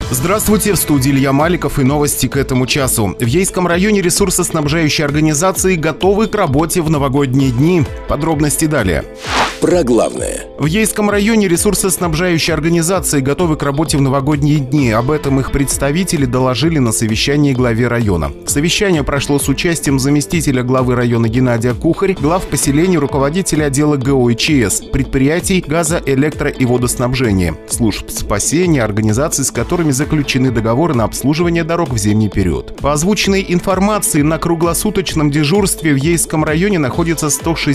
Здравствуйте, в студии Илья Маликов и новости к этому часу. В Ейском районе ресурсоснабжающие организации готовы к работе в новогодние дни. Подробности далее. Про главное. В Ейском районе ресурсоснабжающие организации готовы к работе в новогодние дни. Об этом их представители доложили на совещании главе района. Совещание прошло с участием заместителя главы района Геннадия Кухарь, глав поселений, руководителя отдела ГО и ЧС, предприятий газо-, электро- и водоснабжения, служб спасения, организаций, с которыми заключены договоры на обслуживание дорог в зимний период. По озвученной информации, на круглосуточном дежурстве в Ейском районе находится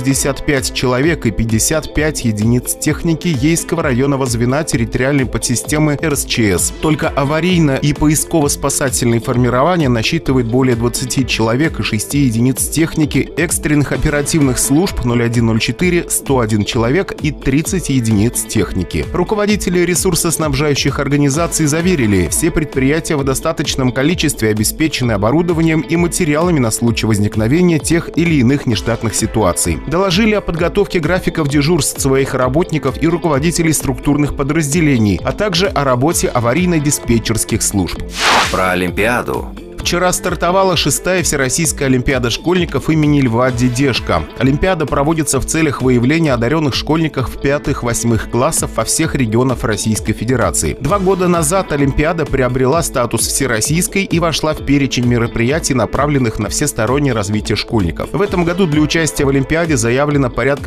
165 человек и 55 единиц техники Ейского районного звена территориальной подсистемы РСЧС. Только аварийно- и поисково-спасательные формирования насчитывает более 20 человек и 6 единиц техники, экстренных оперативных служб 0104 101 человек и 30 единиц техники. Руководители ресурсоснабжающих организаций заверили, все предприятия в достаточном количестве обеспечены оборудованием и материалами на случай возникновения тех или иных нештатных ситуаций. Доложили о подготовке графиков дежурств своих работников и руководителей структурных подразделений, а также о работе аварийно-диспетчерских служб. Про Олимпиаду. Вчера стартовала 6-я Всероссийская Олимпиада школьников имени Льва Дедешко. Олимпиада проводится в целях выявления одаренных школьников 5-8 классов во всех регионах Российской Федерации. 2 года назад Олимпиада приобрела статус всероссийской и вошла в перечень мероприятий, направленных на всестороннее развитие школьников. В этом году для участия в Олимпиаде заявлено порядка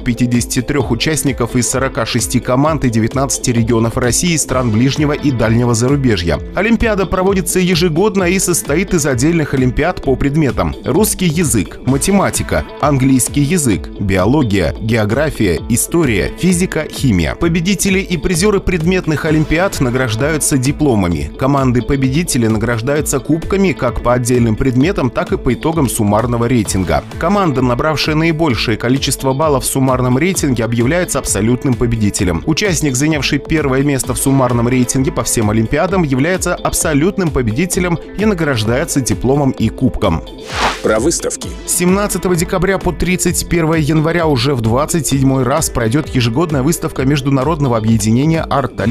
353 участников из 46 команд и 19 регионов России, стран ближнего и дальнего зарубежья. Олимпиада проводится ежегодно и состоит из отдельных олимпиад по предметам: русский язык, математика, английский язык, биология, география, история, физика, химия. Победители и призеры предметных олимпиад награждаются дипломами. Команды-победители награждаются кубками как по отдельным предметам, так и по итогам суммарного рейтинга. Команда, набравшая наибольшее количество баллов в суммарном рейтинге, объявляется абсолютным победителем. Участник, занявший первое место в суммарном рейтинге по всем олимпиадам, является абсолютным победителем и награждается дипломом и кубком. Про выставки. С 17 декабря по 31 января уже в 27-й раз пройдет ежегодная выставка Международного объединения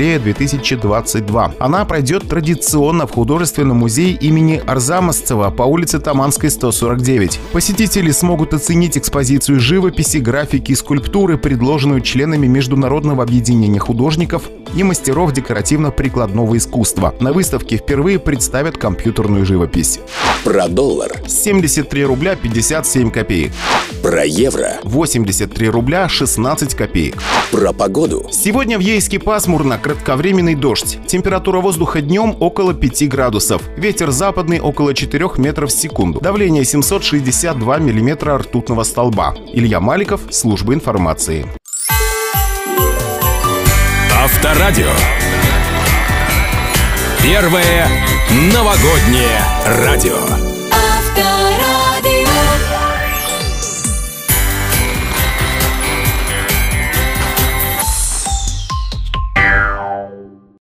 «Арт-аллея-2022». Она пройдет традиционно в художественном музее имени Арзамасцева по улице Таманской, 149. Посетители смогут оценить экспозицию живописи, графики и скульптуры, предложенную членами Международного объединения художников и мастеров декоративно-прикладного искусства. На выставке впервые представят компьютерную живопись. Про доллар. 73 рубля 57 копеек. Про евро. 83 рубля 16 копеек. Про погоду. Сегодня в Ейске пасмурно, кратковременный дождь. Температура воздуха днем около 5 градусов. Ветер западный около 4 метров в секунду. Давление 762 миллиметра ртутного столба. Илья Маликов, служба информации. Авторадио. Первое новогоднее радио.